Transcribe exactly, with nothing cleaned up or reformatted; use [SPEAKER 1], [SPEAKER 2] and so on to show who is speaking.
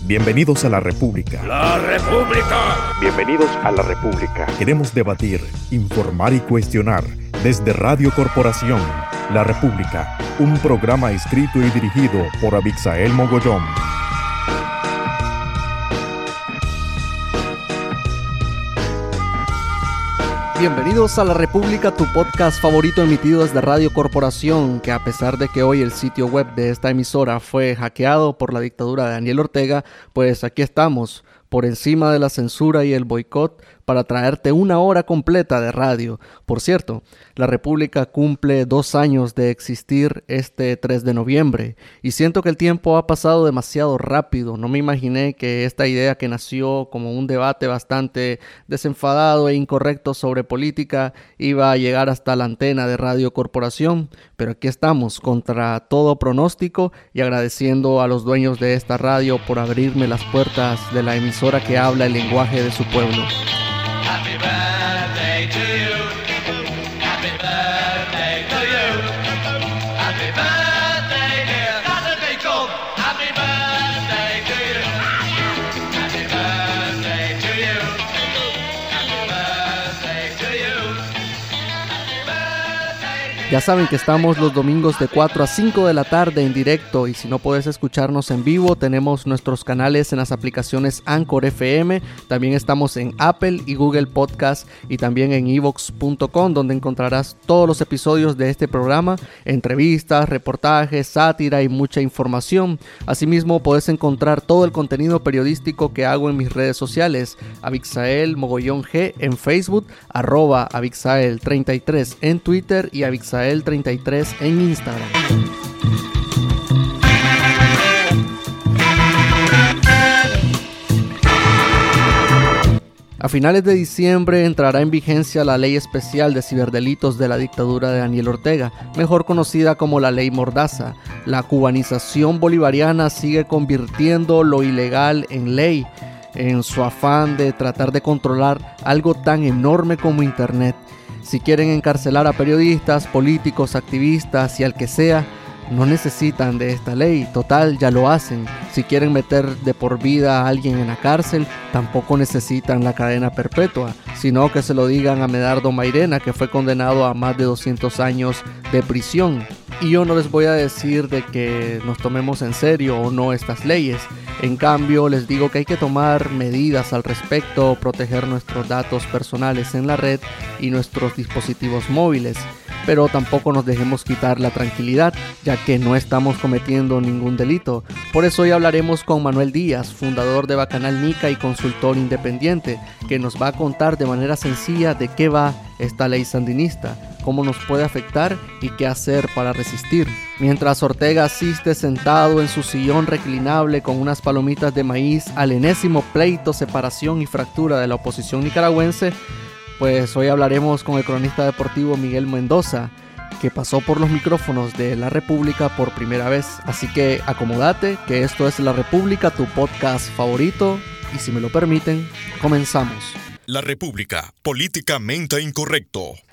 [SPEAKER 1] Bienvenidos a la República.
[SPEAKER 2] ¡La República!
[SPEAKER 1] Bienvenidos a la República. Queremos debatir, informar y cuestionar desde Radio Corporación. La República, un programa escrito y dirigido por Abixael Mogollón.
[SPEAKER 3] Bienvenidos a La República, tu podcast favorito emitido desde Radio Corporación, que a pesar de que hoy el sitio web de esta emisora fue hackeado por la dictadura de Daniel Ortega, pues aquí estamos, por encima de la censura y el boicot, para traerte una hora completa de radio. Por cierto, La República cumple dos años de existir este tres de noviembre y siento que el tiempo ha pasado demasiado rápido. No me imaginé que esta idea, que nació como un debate bastante desenfadado e incorrecto sobre política, iba a llegar hasta la antena de Radio Corporación, pero aquí estamos contra todo pronóstico y agradeciendo a los dueños de esta radio por abrirme las puertas de la emisora que habla el lenguaje de su pueblo.
[SPEAKER 4] Happy birthday to you. Happy birthday to you. Happy birthday, dear Doctor Jacob. Happy birthday to you. Happy birthday to you. Happy birthday to you. Happy birthday.
[SPEAKER 3] Ya saben que estamos los domingos de cuatro a cinco de la tarde en directo, y si no puedes escucharnos en vivo, tenemos nuestros canales en las aplicaciones Anchor F M, también estamos en Apple y Google Podcast y también en evox punto com, donde encontrarás todos los episodios de este programa, entrevistas, reportajes, sátira y mucha información. Asimismo, puedes encontrar todo el contenido periodístico que hago en mis redes sociales, Abixael Mogollón G en Facebook, arroba Abixael treinta y tres en Twitter y Abixael treinta y tres en Instagram. A finales de diciembre entrará en vigencia la Ley Especial de Ciberdelitos de la dictadura de Daniel Ortega, mejor conocida como la Ley Mordaza. La cubanización bolivariana sigue convirtiendo lo ilegal en ley, en su afán de tratar de controlar algo tan enorme como Internet. Si quieren encarcelar a periodistas, políticos, activistas y al que sea, no necesitan de esta ley, total, ya lo hacen. Si quieren meter de por vida a alguien en la cárcel, tampoco necesitan la cadena perpetua, sino que se lo digan a Medardo Mairena, que fue condenado a más de doscientos años de prisión. Y yo no les voy a decir de que nos tomemos en serio o no estas leyes. En cambio, les digo que hay que tomar medidas al respecto, proteger nuestros datos personales en la red y nuestros dispositivos móviles. Pero tampoco nos dejemos quitar la tranquilidad, ya que no estamos cometiendo ningún delito. Por eso hoy hablaremos con Manuel Díaz, fundador de Bacanal Nica y consultor independiente, que nos va a contar de manera sencilla de qué va esta ley sandinista, cómo nos puede afectar y qué hacer para resistir. Mientras Ortega asiste sentado en su sillón reclinable con unas palomitas de maíz al enésimo pleito, separación y fractura de la oposición nicaragüense, pues hoy hablaremos con el cronista deportivo Miguel Mendoza, que pasó por los micrófonos de La República por primera vez. Así que acomódate, que esto es La República, tu podcast favorito, y si me lo permiten, comenzamos.
[SPEAKER 1] La República, políticamente incorrecto.